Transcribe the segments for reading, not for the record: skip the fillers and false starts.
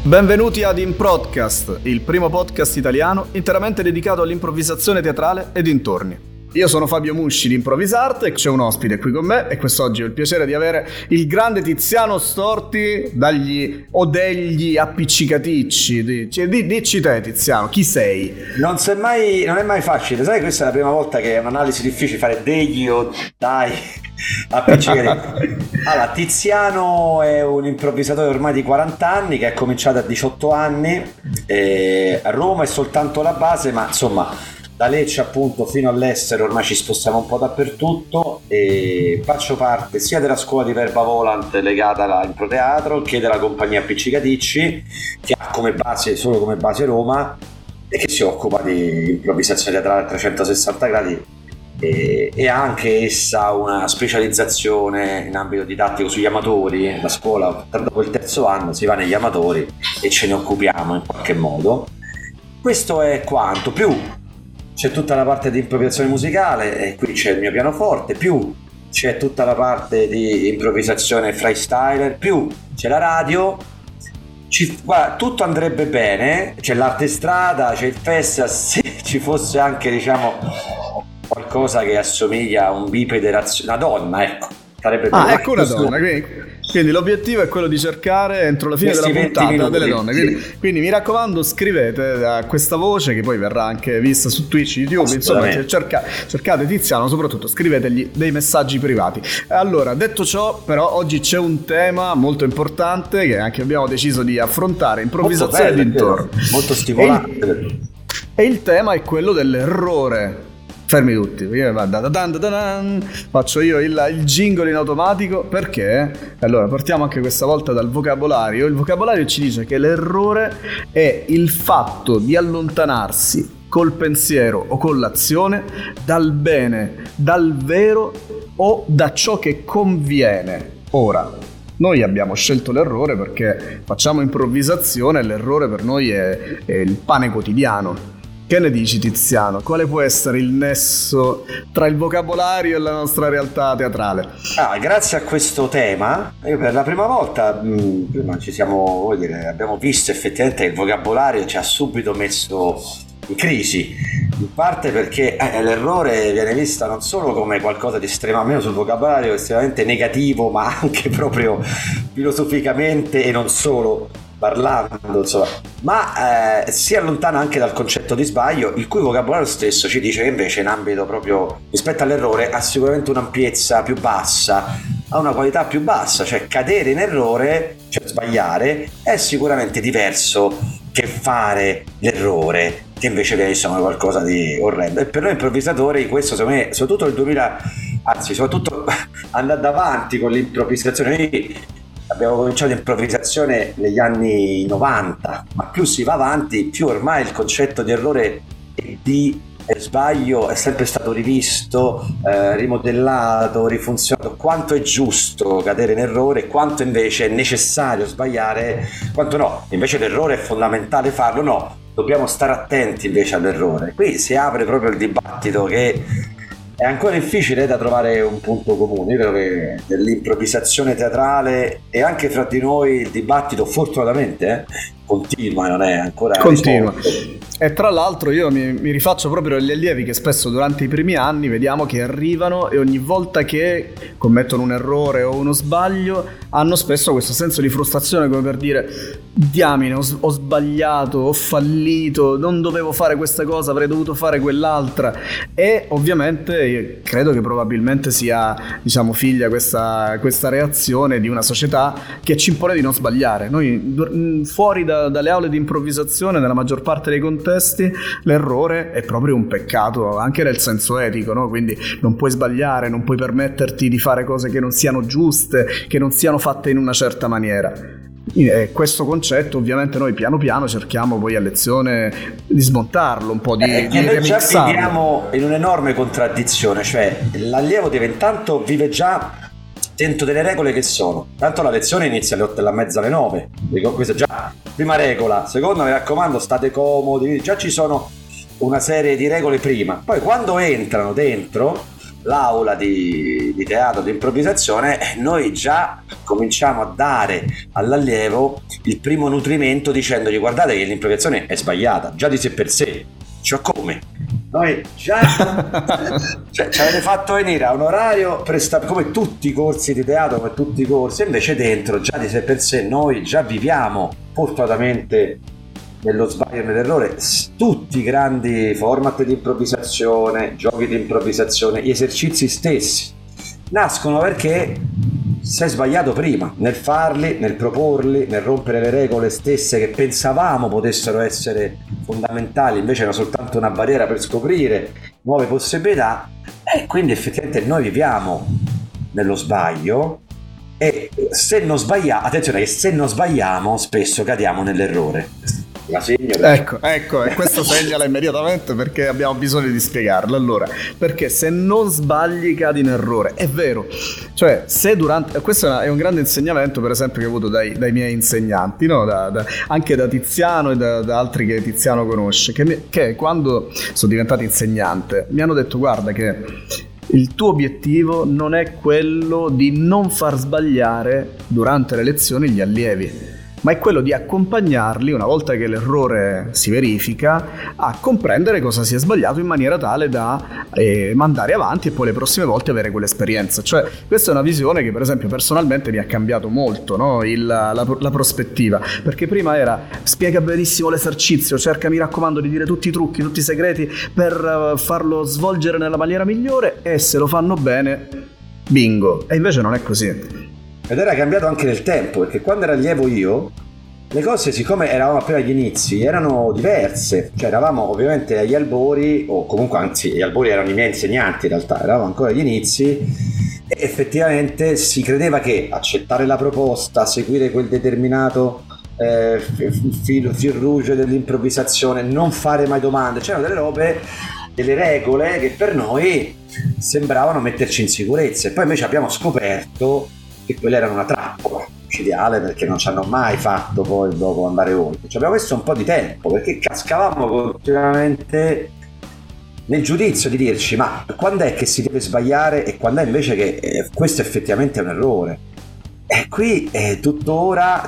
Benvenuti ad Improdcast, il primo podcast italiano interamente dedicato all'improvvisazione teatrale e dintorni. Io sono Fabio Musci di Improvisart e c'è un ospite qui con me e quest'oggi ho il piacere di avere il grande Tiziano Storti degli appiccicaticci. Dici te, Tiziano, chi sei? Non è mai facile, sai, questa è la prima volta che è un'analisi difficile fare degli o dai appiccicati. Allora, Tiziano è un improvvisatore ormai di 40 anni che è cominciato a 18 anni, a Roma è soltanto la base, ma insomma da Lecce appunto fino all'estero ormai ci spostiamo un po' dappertutto e faccio parte sia della scuola di Verba Volant legata all'improteatro che della compagnia Appiccicaticci, che ha solo come base Roma e che si occupa di improvvisazione teatrale a 360 gradi e ha anche essa una specializzazione in ambito didattico sugli amatori. La scuola dopo il terzo anno si va negli amatori e ce ne occupiamo in qualche modo. Questo è quanto, più c'è tutta la parte di improvvisazione musicale e qui c'è il mio pianoforte, più c'è tutta la parte di improvvisazione freestyler, più c'è la radio, guarda, tutto andrebbe bene, c'è l'arte strada, c'è il festival, se ci fosse anche diciamo qualcosa che assomiglia a un bipede una donna, ecco, sarebbe ecco una donna, quindi l'obiettivo è quello di cercare entro la fine della puntata delle donne, quindi mi raccomando scrivete a questa voce che poi verrà anche vista su Twitch, YouTube, insomma cercate Tiziano, soprattutto scrivetegli dei messaggi privati. Allora, detto ciò, però oggi c'è un tema molto importante che anche abbiamo deciso di affrontare, improvvisazione dintorni, molto stimolante, e il tema è quello dell'errore. Fermi tutti, faccio io il jingle in automatico perché allora partiamo anche questa volta dal vocabolario. Il vocabolario ci dice che l'errore è il fatto di allontanarsi col pensiero o con l'azione dal bene, dal vero o da ciò che conviene. Ora, noi abbiamo scelto l'errore perché facciamo improvvisazione e l'errore per noi è il pane quotidiano. Che ne dici, Tiziano? Quale può essere il nesso tra il vocabolario e la nostra realtà teatrale? Grazie a questo tema, io per la prima volta prima abbiamo visto effettivamente che il vocabolario ci ha subito messo in crisi, in parte perché l'errore viene visto non solo come qualcosa di estremamente sul vocabolario estremamente negativo, ma anche proprio filosoficamente e non solo parlando, insomma, ma si allontana anche dal concetto di sbaglio, il cui vocabolario stesso ci dice che invece in ambito proprio rispetto all'errore ha sicuramente un'ampiezza più bassa, ha una qualità più bassa, cioè cadere in errore, cioè sbagliare, è sicuramente diverso che fare l'errore, che invece viene visto come qualcosa di orrendo. E per noi improvvisatori questo secondo me, soprattutto andando avanti con l'improvvisazione. Abbiamo cominciato improvvisazione negli anni 90, ma più si va avanti, più ormai il concetto di errore e di sbaglio è sempre stato rivisto, rimodellato, rifunzionato. Quanto è giusto cadere in errore, quanto invece è necessario sbagliare, quanto no. Invece l'errore è fondamentale farlo, no. Dobbiamo stare attenti invece all'errore. Qui si apre proprio il dibattito che è ancora difficile da trovare un punto comune. Io credo che nell'improvvisazione teatrale e anche fra di noi il dibattito fortunatamente continua, non è ancora continua risolto. E tra l'altro io mi rifaccio proprio agli allievi che spesso durante i primi anni vediamo che arrivano e ogni volta che commettono un errore o uno sbaglio hanno spesso questo senso di frustrazione, come per dire diamine, ho sbagliato, ho fallito, non dovevo fare questa cosa, avrei dovuto fare quell'altra. E ovviamente io credo che probabilmente sia, diciamo, figlia questa reazione di una società che ci impone di non sbagliare. Noi fuori dalle aule di improvvisazione, nella maggior parte dei contesti, l'errore è proprio un peccato anche nel senso etico, no? Quindi non puoi sbagliare, non puoi permetterti di fare cose che non siano giuste, che non siano fatte in una certa maniera. Questo concetto ovviamente noi piano piano cerchiamo poi a lezione di smontarlo, un po' di remixarlo. Già viviamo in un'enorme contraddizione, cioè l'allievo vive già dentro delle regole che sono, tanto la lezione inizia alle 8:30 alle 9, questa è già prima regola. Seconda, mi raccomando, state comodi, già ci sono una serie di regole prima. Poi quando entrano dentro l'aula di teatro, di improvvisazione, noi già cominciamo a dare all'allievo il primo nutrimento dicendogli: guardate che l'improvvisazione è sbagliata già di sé per sé. Cioè, come? Noi già cioè, ci avete fatto venire a un orario come tutti i corsi di teatro, come tutti i corsi, invece dentro già di sé per sé noi già viviamo fortunatamente nello sbaglio e nell'errore tutti i grandi format di improvvisazione, giochi di improvvisazione, gli esercizi stessi nascono perché sei sbagliato prima nel farli, nel proporli, nel rompere le regole stesse che pensavamo potessero essere fondamentali, invece era soltanto una barriera per scoprire nuove possibilità, e quindi effettivamente noi viviamo nello sbaglio, e se non sbagliamo, attenzione che se non sbagliamo spesso cadiamo nell'errore. La segno ecco, e questo segnala immediatamente, perché abbiamo bisogno di spiegarlo. Allora, perché se non sbagli cadi in errore, è vero, cioè se durante, questo è un grande insegnamento per esempio che ho avuto dai miei insegnanti, no? Anche da Tiziano e da altri che Tiziano conosce, che quando sono diventato insegnante mi hanno detto: guarda che il tuo obiettivo non è quello di non far sbagliare durante le lezioni gli allievi, ma è quello di accompagnarli, una volta che l'errore si verifica, a comprendere cosa si è sbagliato in maniera tale da mandare avanti e poi le prossime volte avere quell'esperienza. Cioè, questa è una visione che per esempio personalmente mi ha cambiato molto, no? la prospettiva, perché prima era: spiega benissimo l'esercizio, cerca, mi raccomando, di dire tutti i trucchi, tutti i segreti per farlo svolgere nella maniera migliore, e se lo fanno bene, bingo. E invece non è così. Ed era cambiato anche nel tempo, perché quando ero allievo io, le cose, siccome eravamo appena agli inizi, erano diverse. Cioè eravamo ovviamente agli albori, o comunque anzi gli albori erano i miei insegnanti in realtà, eravamo ancora agli inizi, e effettivamente si credeva che accettare la proposta, seguire quel determinato fil rouge dell'improvvisazione, non fare mai domande, c'erano delle robe, delle regole che per noi sembravano metterci in sicurezza, e poi invece abbiamo scoperto che quella era una trappola micidiale, perché non ci hanno mai fatto poi dopo andare oltre. Ci abbiamo messo un po' di tempo, perché cascavamo continuamente nel giudizio di dirci: ma quando è che si deve sbagliare e quando è invece che questo effettivamente è un errore. E qui tuttora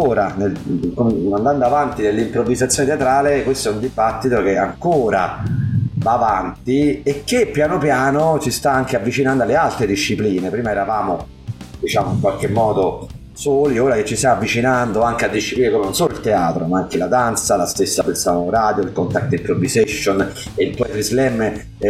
andando avanti nell'improvvisazione teatrale, questo è un dibattito che ancora va avanti e che piano piano ci sta anche avvicinando alle altre discipline. Prima eravamo, diciamo, in qualche modo soli, ora che ci stiamo avvicinando anche a discipline come non solo il teatro, ma anche la danza, la stessa pensavo radio, il contact improvisation, e il poetry slam,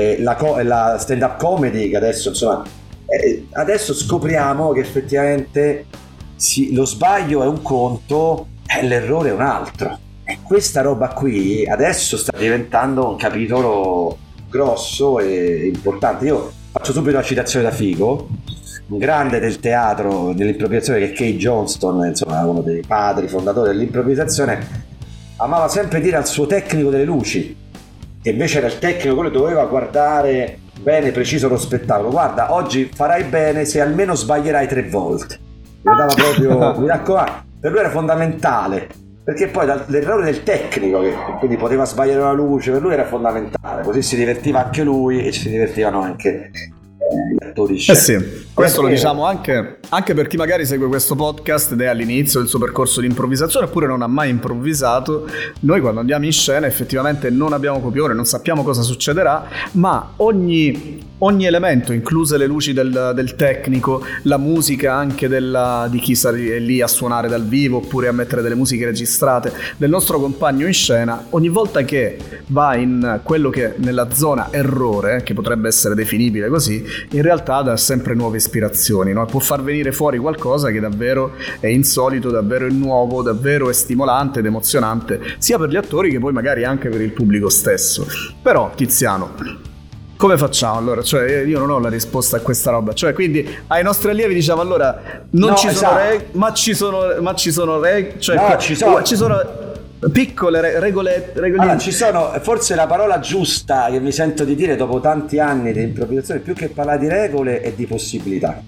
la stand up comedy, che adesso insomma adesso scopriamo che effettivamente lo sbaglio è un conto e l'errore è un altro, e questa roba qui adesso sta diventando un capitolo grosso e importante. Io faccio subito la citazione da Figo, un grande del teatro dell'improvvisazione, che è Kay Johnston, insomma uno dei padri fondatori dell'improvvisazione. Amava sempre dire al suo tecnico delle luci, che invece era il tecnico quello che doveva guardare bene, preciso lo spettacolo: guarda, oggi farai bene se almeno sbaglierai 3 volte. Mi dava proprio, mi raccomando, per lui era fondamentale, perché poi l'errore del tecnico, che quindi poteva sbagliare la luce, per lui era fondamentale, così si divertiva anche lui e si divertivano anche gli attori. Sì, questo lo diciamo anche per chi magari segue questo podcast ed è all'inizio del suo percorso di improvvisazione oppure non ha mai improvvisato. Noi quando andiamo in scena effettivamente non abbiamo copione, non sappiamo cosa succederà, ma ogni elemento, incluse le luci del tecnico, la musica anche di chi sta lì a suonare dal vivo oppure a mettere delle musiche registrate, del nostro compagno in scena, ogni volta che va in quello che nella zona errore, che potrebbe essere definibile così, in realtà dà sempre nuove ispirazioni, no? Può far venire fuori qualcosa che davvero è insolito, davvero è nuovo, davvero è stimolante ed emozionante, sia per gli attori che poi magari anche per il pubblico stesso. Però Tiziano, come facciamo allora? Cioè io non ho la risposta a questa roba. Cioè quindi ai nostri allievi diciamo: allora non no, ci sono ma ci sono cioè no, ci sono piccole regole. Allora, ci sono, forse la parola giusta che mi sento di dire dopo tanti anni di improvvisazione, più che parlare di regole, è di possibilità.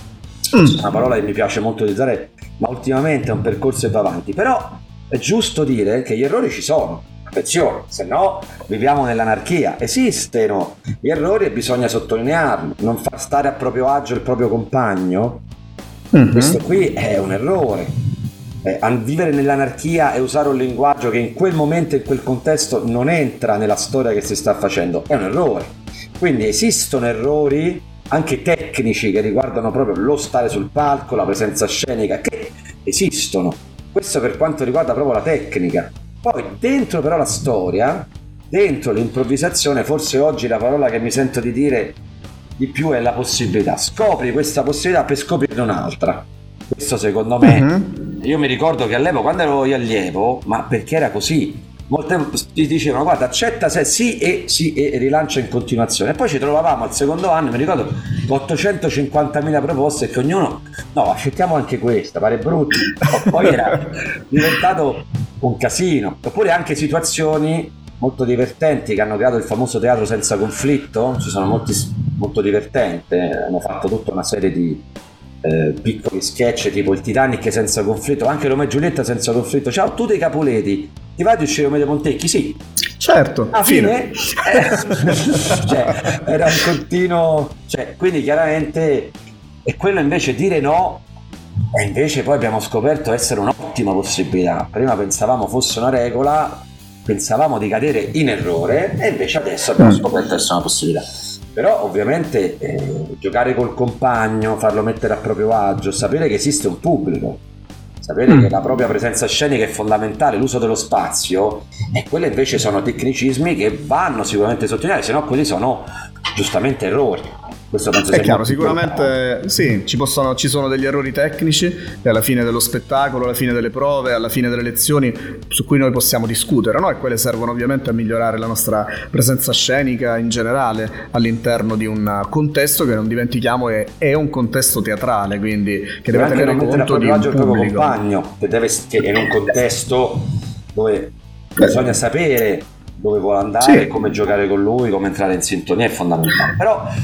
Una parola che mi piace molto utilizzare, ma ultimamente è un percorso che va avanti. Però è giusto dire che gli errori ci sono. Attenzione, se no viviamo nell'anarchia. Esistono gli errori e bisogna sottolinearli, non far stare a proprio agio il proprio compagno Questo qui è un errore. Vivere nell'anarchia e usare un linguaggio che in quel momento, in quel contesto, non entra nella storia che si sta facendo, è un errore. Quindi esistono errori anche tecnici che riguardano proprio lo stare sul palco, la presenza scenica, che esistono. Questo per quanto riguarda proprio la tecnica. Poi dentro però la storia, dentro l'improvvisazione, forse oggi la parola che mi sento di dire di più è la possibilità. Scopri questa possibilità per scoprirne un'altra. Questo secondo me, io mi ricordo che all'epoca, quando ero io allievo, ma perché era così, molte ti dicevano guarda accetta se sì e rilancia in continuazione, e poi ci trovavamo al secondo anno, mi ricordo 850.000 proposte, che ognuno no accettiamo anche questa, pare brutto. Poi era diventato un casino. Oppure anche situazioni molto divertenti che hanno creato il famoso teatro senza conflitto. Ci sono molto divertenti, hanno fatto tutta una serie di piccoli sketch tipo il Titanic senza conflitto, anche Romeo e Giulietta senza conflitto. Ciao, tu dei Capuleti, ti vai ad uscire Romeo dei Montecchi? Sì, certo, a fine cioè, era un continuo, cioè, quindi chiaramente, e quello invece dire no, e invece poi abbiamo scoperto essere un'ottima possibilità. Prima pensavamo fosse una regola, pensavamo di cadere in errore, e invece adesso abbiamo scoperto essere una possibilità. Però ovviamente giocare col compagno, farlo mettere a proprio agio, sapere che esiste un pubblico, sapere che la propria presenza scenica è fondamentale, l'uso dello spazio, e quelli invece sono tecnicismi che vanno sicuramente sottolineati, se no quelli sono giustamente errori. Questo penso è sia chiaro, sicuramente sì, ci sono degli errori tecnici e alla fine dello spettacolo, alla fine delle prove, alla fine delle lezioni, su cui noi possiamo discutere, no? E quelle servono ovviamente a migliorare la nostra presenza scenica in generale all'interno di un contesto che, non dimentichiamo, è un contesto teatrale, quindi che deve tenere conto di un pubblico. Compagno, che in un contesto dove bisogna sapere dove vuole andare, come giocare con lui, come entrare in sintonia, è fondamentale.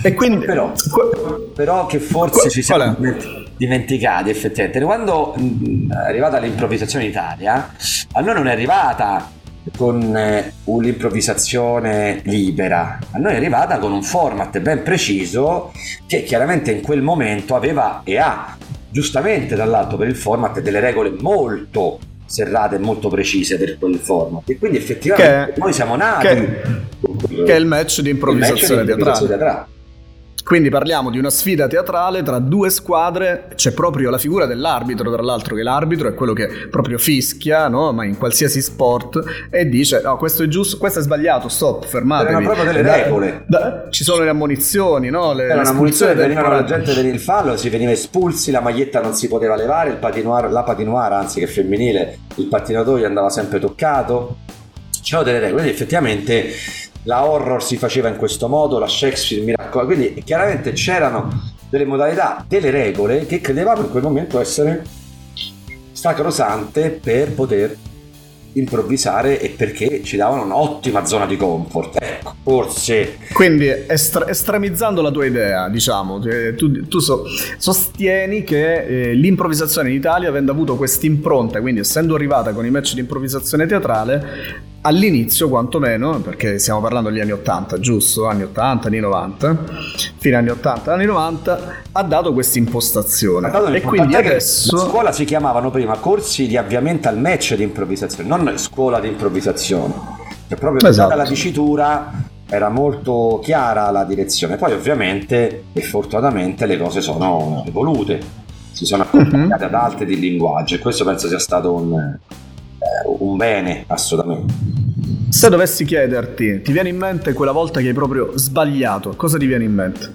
Però che forse ci siamo dimenticati effettivamente, quando è arrivata l'improvvisazione in Italia, a noi non è arrivata con un'improvvisazione libera, a noi è arrivata con un format ben preciso che chiaramente in quel momento aveva e ha, giustamente dall'alto per il format, delle regole molto serrate e molto precise per quel format, e quindi effettivamente noi siamo nati che è il match di improvvisazione teatrale. Quindi parliamo di una sfida teatrale tra due squadre, c'è proprio la figura dell'arbitro, tra l'altro, che l'arbitro è quello che proprio fischia, no? Ma in qualsiasi sport, e dice no, questo è giusto, questo è sbagliato, stop, fermatevi. Erano proprio delle regole. Ci sono le ammonizioni, no? Era un'ammonizione, venivano la gente per il fallo, si veniva espulsi, la maglietta non si poteva levare, la patinoire, anzi che è femminile, il pattinatoio andava sempre toccato. C'erano delle regole, quindi effettivamente la horror si faceva in questo modo, la Shakespeare miracolo, quindi chiaramente c'erano delle modalità, delle regole che credevamo in quel momento essere sacrosante per poter improvvisare e perché ci davano un'ottima zona di comfort, ecco, forse. Quindi estremizzando la tua idea, diciamo, tu sostieni che l'improvvisazione in Italia, avendo avuto quest'impronta, quindi essendo arrivata con i match di improvvisazione teatrale all'inizio quantomeno, perché stiamo parlando degli anni 80, giusto? Anni 80, anni 90, fine anni 80, anni 90, ha dato questa impostazione. E quindi adesso... La scuola si chiamavano prima corsi di avviamento al match di improvvisazione, non scuola di improvvisazione. Cioè proprio data la dicitura era molto chiara la direzione. Poi ovviamente e fortunatamente le cose sono evolute, si sono accompagnate ad altre di linguaggio, e questo penso sia stato un bene, assolutamente. Se dovessi chiederti, ti viene in mente quella volta che hai proprio sbagliato, cosa ti viene in mente?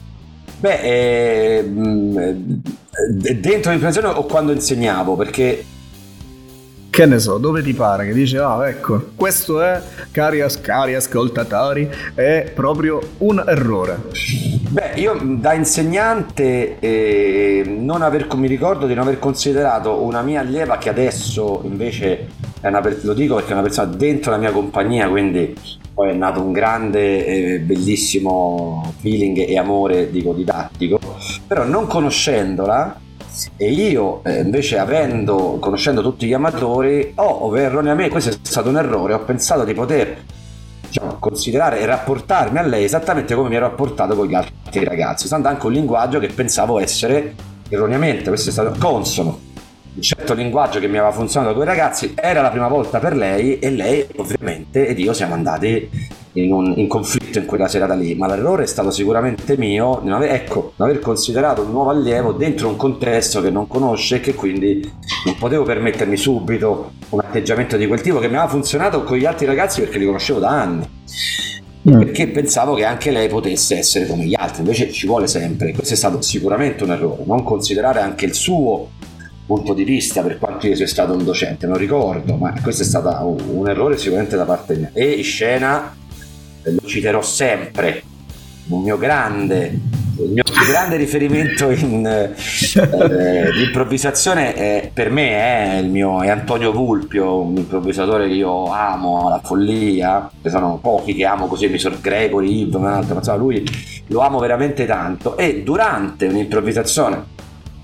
Dentro l'improvvisazione o quando insegnavo, perché che ne so, dove ti pare che dici ecco, questo è, cari ascoltatori, è proprio un errore. Io da insegnante mi ricordo di non aver considerato una mia allieva, che adesso invece lo dico perché è una persona dentro la mia compagnia, quindi poi è nato un grande e bellissimo feeling e amore, dico, didattico, però non conoscendola, e io invece conoscendo tutti gli amatori, erroneamente, questo è stato un errore, ho pensato di poter, diciamo, considerare e rapportarmi a lei esattamente come mi ero rapportato con gli altri ragazzi, usando anche un linguaggio che pensavo essere erroneamente, questo è stato consono, un certo linguaggio che mi aveva funzionato con i ragazzi, era la prima volta per lei, e lei ovviamente ed io siamo andati in conflitto in quella serata lì, ma l'errore è stato sicuramente mio non aver considerato un nuovo allievo dentro un contesto che non conosce, e che quindi non potevo permettermi subito un atteggiamento di quel tipo che mi aveva funzionato con gli altri ragazzi perché li conoscevo da anni, perché pensavo che anche lei potesse essere come gli altri. Invece ci vuole sempre, questo è stato sicuramente un errore, non considerare anche il suo punto di vista, per quanto io sia stato un docente, non ricordo, ma questo è stato un errore sicuramente da parte mia. E in scena lo citerò sempre, il mio grande riferimento in improvvisazione per me è Antonio Vulpio, un improvvisatore che io amo alla follia, che sono pochi che amo così, Misor Gregory, Yves, un altro, ma insomma lui lo amo veramente tanto. E durante un'improvvisazione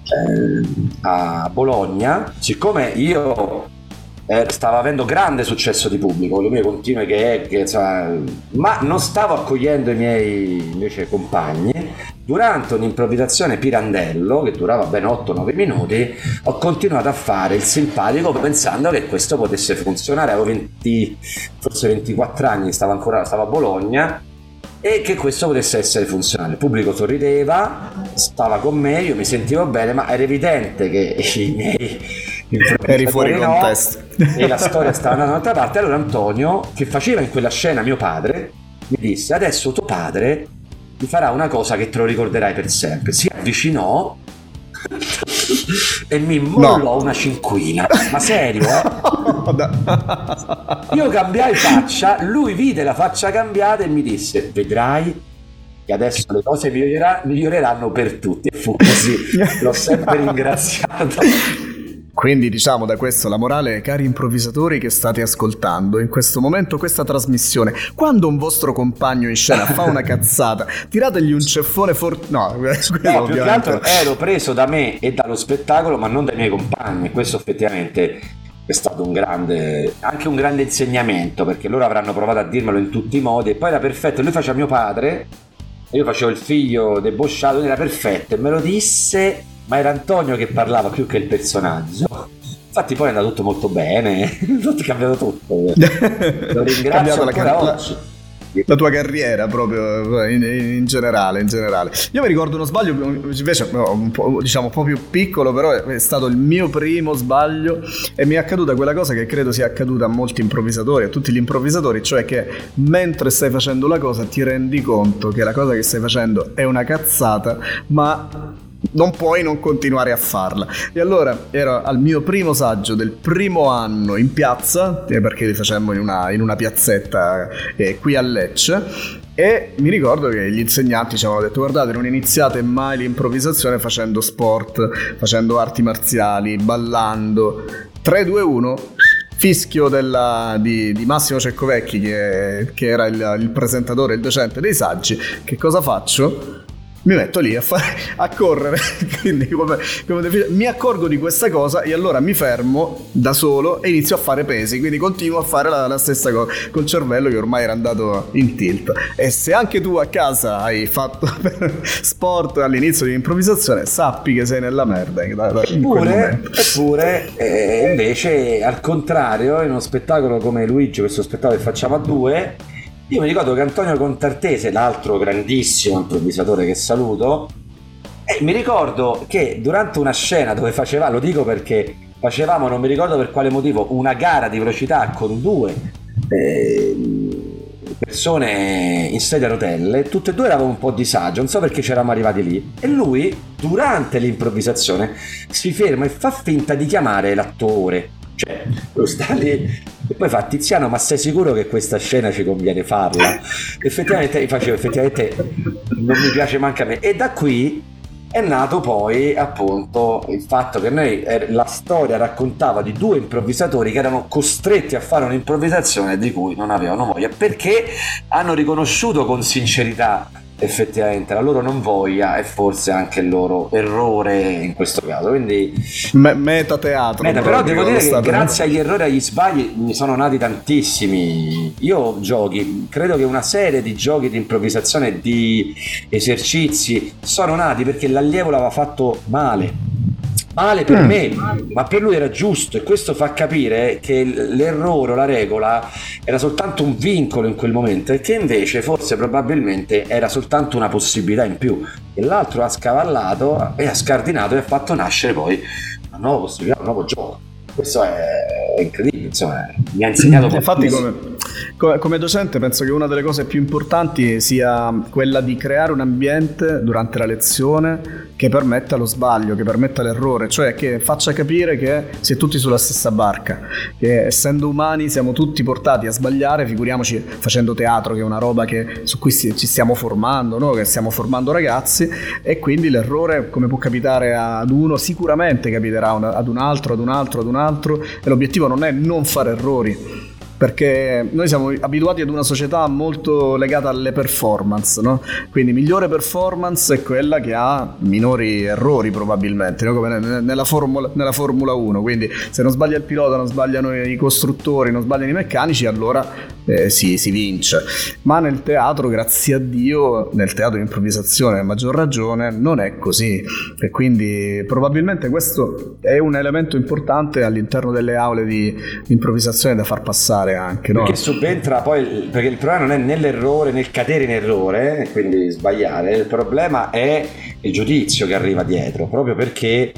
a Bologna, siccome io stavo avendo grande successo di pubblico, le mie continue che insomma, ma non stavo accogliendo i miei invece compagni, durante un'improvvisazione Pirandello che durava ben 8-9 minuti ho continuato a fare il simpatico pensando che questo potesse funzionare. Avevo forse 24 anni, stavo a Bologna, e che questo potesse essere funzionale. Il pubblico sorrideva, stava con me, io mi sentivo bene, ma era evidente che i miei eri fuori contesto e la storia stava andando da un'altra parte. Allora Antonio, che faceva in quella scena mio padre, mi disse: adesso tuo padre ti farà una cosa che te lo ricorderai per sempre. Si avvicinò e mi mollò una cinquina, ma serio, io cambiai faccia, lui vide la faccia cambiata e mi disse: vedrai che adesso le cose miglioreranno per tutti. E fu così, l'ho sempre ringraziato. Quindi diciamo da questo la morale, cari improvvisatori che state ascoltando in questo momento questa trasmissione: quando un vostro compagno in scena fa una cazzata, tirategli un ceffone no, più che altro ero preso da me e dallo spettacolo, ma non dai miei compagni. Questo effettivamente è stato anche un grande insegnamento, perché loro avranno provato a dirmelo in tutti i modi, e poi era perfetto. Lui faceva mio padre e io facevo il figlio debosciato, era perfetto, e me lo disse, ma era Antonio che parlava più che il personaggio. Infatti poi è andato tutto molto bene, è cambiato tutto. Lo ringrazio ancora oggi. La tua carriera proprio in generale. Io mi ricordo uno sbaglio invece un po' più piccolo, però è stato il mio primo sbaglio, e mi è accaduta quella cosa che credo sia accaduta a molti improvvisatori, a tutti gli improvvisatori, cioè che mentre stai facendo la cosa ti rendi conto che la cosa che stai facendo è una cazzata, ma non puoi non continuare a farla. E allora ero al mio primo saggio del primo anno in piazza, perché li facemmo in una piazzetta qui a Lecce, e mi ricordo che gli insegnanti ci avevano detto: guardate, non iniziate mai l'improvvisazione facendo sport, facendo arti marziali, ballando. 3, 2, 1, fischio di Massimo Ceccovecchi, che era il presentatore, il docente dei saggi. Che cosa faccio? Mi metto lì a correre, quindi mi accorgo di questa cosa e allora mi fermo da solo e inizio a fare pesi, quindi continuo a fare la stessa cosa col cervello che ormai era andato in tilt. E se anche tu a casa hai fatto sport all'inizio di improvvisazione, sappi che sei nella merda. Eppure invece al contrario, in uno spettacolo come Luigi, questo spettacolo che facciamo a due, io mi ricordo che Antonio Contartese, l'altro grandissimo improvvisatore che saluto, mi ricordo che durante una scena dove lo dico perché facevamo, non mi ricordo per quale motivo, una gara di velocità con due persone in sedia a rotelle, tutte e due eravamo un po' a disagio, non so perché ci eravamo arrivati lì, e lui durante l'improvvisazione si ferma e fa finta di chiamare l'attore, cioè lo sta lì e poi fa: Tiziano, ma sei sicuro che questa scena ci conviene farla? Effettivamente non mi piace manca a me. E da qui è nato poi appunto il fatto che noi, la storia raccontava di due improvvisatori che erano costretti a fare un'improvvisazione di cui non avevano voglia, perché hanno riconosciuto con sincerità effettivamente la loro non voglia è forse anche il loro errore in questo caso, quindi metateatro. Però devo dire che grazie agli errori e agli sbagli ne sono nati tantissimi. Io credo che una serie di giochi di improvvisazione, di esercizi sono nati perché l'allievo l'aveva fatto male per me, ma per lui era giusto, e questo fa capire che l'errore o la regola era soltanto un vincolo in quel momento, e che invece forse probabilmente era soltanto una possibilità in più, e l'altro ha scavallato e ha scardinato e ha fatto nascere poi una nuova possibilità, un nuovo gioco. Questo è incredibile, insomma, mi ha insegnato infatti come docente penso che una delle cose più importanti sia quella di creare un ambiente durante la lezione che permetta lo sbaglio, che permetta l'errore, cioè che faccia capire che si è tutti sulla stessa barca, che essendo umani siamo tutti portati a sbagliare, figuriamoci facendo teatro, che è una roba su cui ci stiamo formando, no? Che stiamo formando ragazzi, e quindi l'errore, come può capitare ad uno, sicuramente capiterà ad un altro, e l'obiettivo non è non fare errori, perché noi siamo abituati ad una società molto legata alle performance, no? Quindi migliore performance è quella che ha minori errori probabilmente, no? Come nella Formula 1, quindi se non sbaglia il pilota, non sbagliano i costruttori, non sbagliano i meccanici, allora si vince. Ma nel teatro, grazie a Dio, nel teatro di improvvisazione a maggior ragione non è così, e quindi probabilmente questo è un elemento importante all'interno delle aule di improvvisazione da far passare anche, no? Perché subentra poi, perché il problema non è nell'errore, nel cadere in errore, quindi sbagliare, il problema è il giudizio che arriva dietro, proprio perché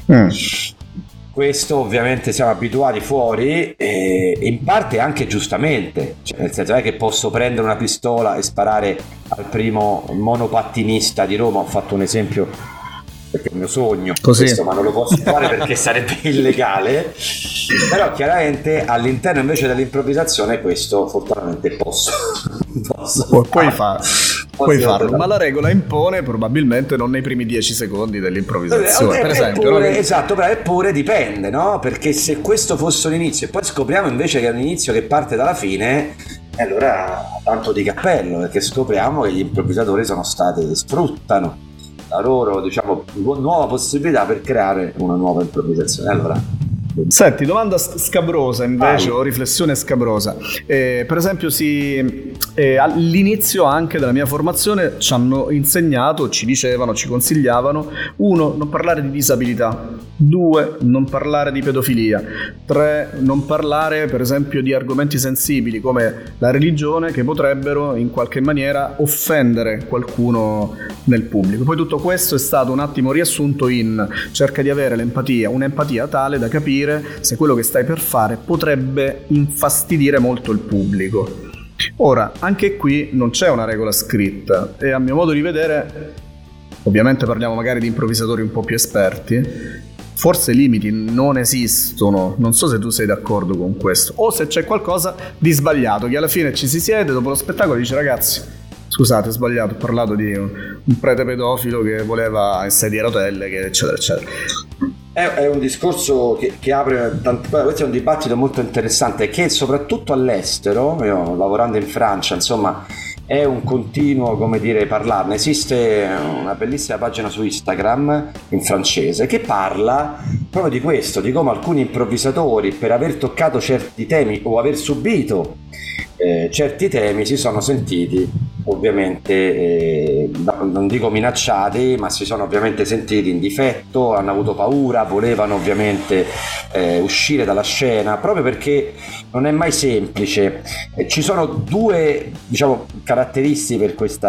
questo ovviamente siamo abituati fuori, e in parte anche giustamente, cioè, nel senso, non è che posso prendere una pistola e sparare al primo monopattinista di Roma. Ho fatto un esempio perché è il mio sogno questo, ma non lo posso fare perché sarebbe illegale, però chiaramente all'interno invece dell'improvvisazione questo fortunatamente posso puoi farlo, ma la regola impone probabilmente non nei primi 10 secondi dell'improvvisazione, per esempio, no? Esatto, però eppure dipende, no? Perché se questo fosse un inizio e poi scopriamo invece che è un inizio che parte dalla fine, allora tanto di cappello, perché scopriamo che gli improvvisatori sfruttano la loro, diciamo, nuova possibilità per creare una nuova improvvisazione. Allora, senti, domanda scabrosa invece, o riflessione scabrosa. Per esempio, all'inizio anche della mia formazione ci hanno insegnato, ci dicevano, ci consigliavano: 1, non parlare di disabilità; 2, non parlare di pedofilia; 3, non parlare per esempio di argomenti sensibili come la religione, che potrebbero in qualche maniera offendere qualcuno nel pubblico. Poi tutto questo è stato un attimo riassunto in: cerca di avere un'empatia tale da capire se quello che stai per fare potrebbe infastidire molto il pubblico. Ora, anche qui non c'è una regola scritta, e a mio modo di vedere, ovviamente parliamo magari di improvvisatori un po' più esperti, forse limiti non esistono. Non so se tu sei d'accordo con questo, o se c'è qualcosa di sbagliato, che alla fine ci si siede dopo lo spettacolo e dice: ragazzi, scusate, ho sbagliato, ho parlato di un prete pedofilo che voleva in sedia a rotelle, che eccetera eccetera. È un discorso che apre questo è un dibattito molto interessante, che soprattutto all'estero, io lavorando in Francia, insomma, è un continuo, come dire, parlarne. Esiste una bellissima pagina su Instagram in francese che parla proprio di questo, di come alcuni improvvisatori, per aver toccato certi temi o aver subito certi temi, si sono sentiti ovviamente non dico minacciati, ma si sono ovviamente sentiti in difetto, hanno avuto paura, volevano ovviamente uscire dalla scena, proprio perché non è mai semplice. Ci sono due, diciamo, caratteristiche per questo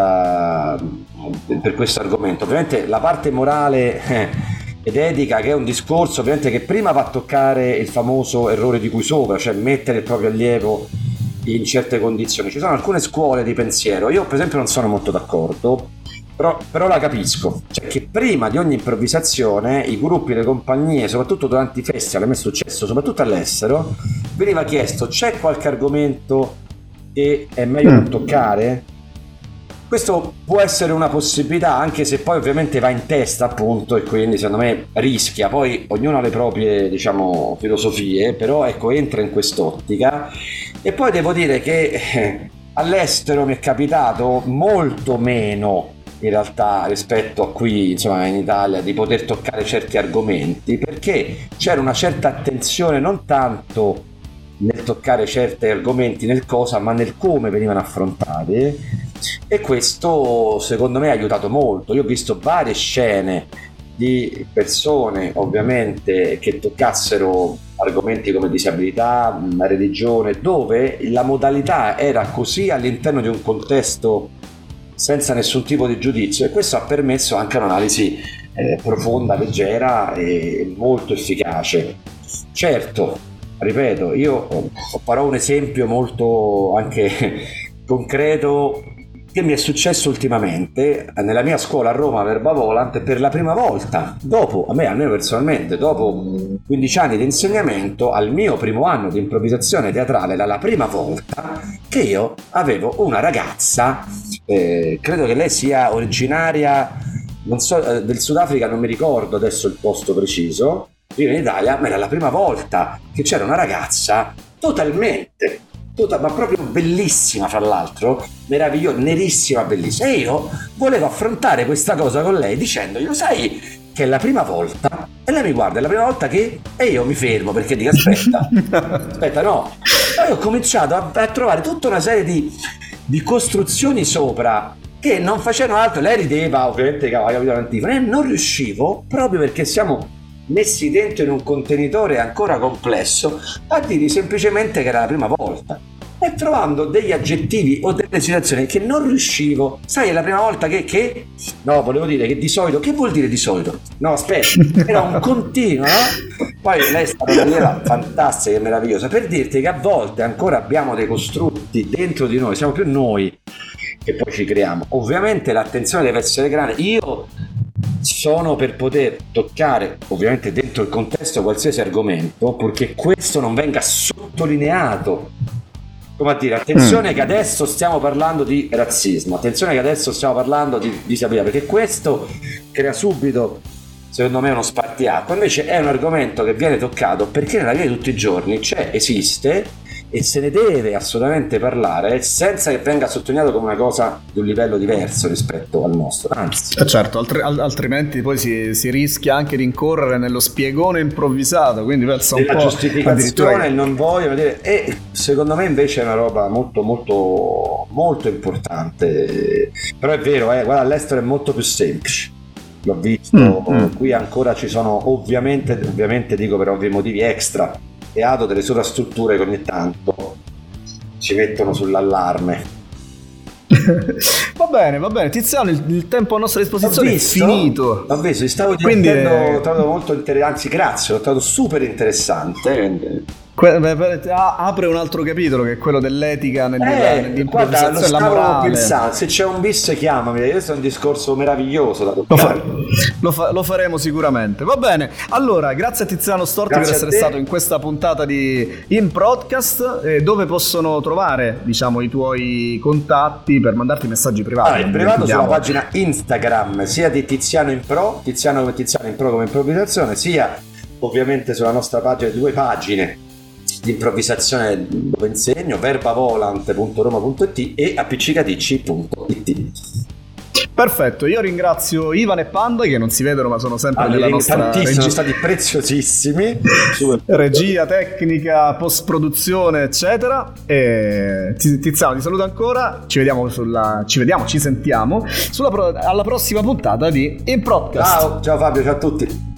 argomento. Ovviamente la parte morale ed etica, che è un discorso ovviamente che prima va a toccare il famoso errore di cui sopra, cioè mettere il proprio allievo in certe condizioni. Ci sono alcune scuole di pensiero, io per esempio non sono molto d'accordo, però la capisco, cioè che prima di ogni improvvisazione i gruppi, le compagnie, soprattutto durante i festival, a me è successo soprattutto all'estero, veniva chiesto: c'è qualche argomento che è meglio non toccare? Questo può essere una possibilità, anche se poi ovviamente va in testa, appunto, e quindi secondo me rischia. Poi ognuno ha le proprie, diciamo, filosofie, però ecco, entra in quest'ottica. E poi devo dire che all'estero mi è capitato molto meno in realtà rispetto a qui, insomma, in Italia, di poter toccare certi argomenti, perché c'era una certa attenzione non tanto nel toccare certi argomenti, nel cosa, ma nel come venivano affrontati, e questo secondo me ha aiutato molto. Io ho visto varie scene di persone ovviamente che toccassero argomenti come disabilità, religione, dove la modalità era così all'interno di un contesto senza nessun tipo di giudizio, e questo ha permesso anche un'analisi profonda, leggera e molto efficace. Certo, ripeto, io farò un esempio molto anche concreto che mi è successo ultimamente nella mia scuola a Roma, Verba Volant, per la prima volta, dopo, a me personalmente, dopo 15 anni di insegnamento, al mio primo anno di improvvisazione teatrale, era la prima volta che io avevo una ragazza, credo che lei sia originaria, non so, del Sudafrica, non mi ricordo adesso il posto preciso, vive in Italia, ma era la prima volta che c'era una ragazza ma proprio bellissima, fra l'altro, meravigliosa, nerissima, bellissima, e io volevo affrontare questa cosa con lei dicendogli: lo sai che è la prima volta? E lei mi guarda, è la prima volta che... E io mi fermo perché dico aspetta no, poi ho cominciato a trovare tutta una serie di costruzioni sopra che non facevano altro. Lei rideva, ovviamente, capito l'antifona, e non riuscivo, proprio perché siamo messi dentro in un contenitore ancora complesso, a dirgli semplicemente che era la prima volta, e trovando degli aggettivi o delle situazioni che non riuscivo. Sai, è la prima volta che no, volevo dire che di solito, che vuol dire di solito? No, aspetta, era un continuo, no? Poi lei è stata una maniera fantastica e meravigliosa per dirti che a volte ancora abbiamo dei costrutti dentro di noi, siamo più noi che poi ci creiamo. Ovviamente l'attenzione deve essere grande. Io sono per poter toccare, ovviamente dentro il contesto, qualsiasi argomento, purché questo non venga sottolineato. Come a dire, attenzione che adesso stiamo parlando di razzismo, attenzione che adesso stiamo parlando di disabilità, perché questo crea subito, secondo me, uno spartiacque. Invece è un argomento che viene toccato perché nella vita di tutti i giorni esiste, e se ne deve assolutamente parlare, senza che venga sottolineato come una cosa di un livello diverso rispetto al nostro, anzi. Certo, altrimenti poi si rischia anche di incorrere nello spiegone improvvisato, quindi pensa un po' giustificazione, il non voglio vedere. E secondo me invece è una roba molto molto molto importante. Però è vero, guarda, all'estero è molto più semplice, l'ho visto. Qui ancora ci sono ovviamente dico per ovvi motivi extra teatro, delle sovrastrutture che ogni tanto ci mettono sull'allarme. Va bene, Tiziano, il tempo a nostra disposizione è finito. L'ho visto, stavo divertendo, l'ho trovato molto interessante, anzi grazie, l'ho trovato super interessante. Apre un altro capitolo che è quello dell'etica nell'improvvisazione, guarda, la morale. Pensando, se c'è un bis chiamami, questo è un discorso meraviglioso da toccare. Lo faremo sicuramente. Va bene, allora grazie a Tiziano Storti per essere stato in questa puntata di In Podcast. Dove possono trovare, diciamo, i tuoi contatti per mandarti messaggi privati? In privato sulla pagina Instagram sia di Tiziano in Pro come improvvisazione, sia ovviamente sulla nostra pagina, 2 pagine di improvvisazione dove insegno, verbavolant.roma.it e appiccicaticci.it. Perfetto, io ringrazio Ivan e Panda che non si vedono ma sono sempre nella nostra regia. Sono stati preziosissimi. Regia, tecnica, post-produzione, eccetera. E Tiziano, ti saluto ancora. Ci sentiamo alla prossima puntata di In Podcast. Ciao Fabio, ciao a tutti.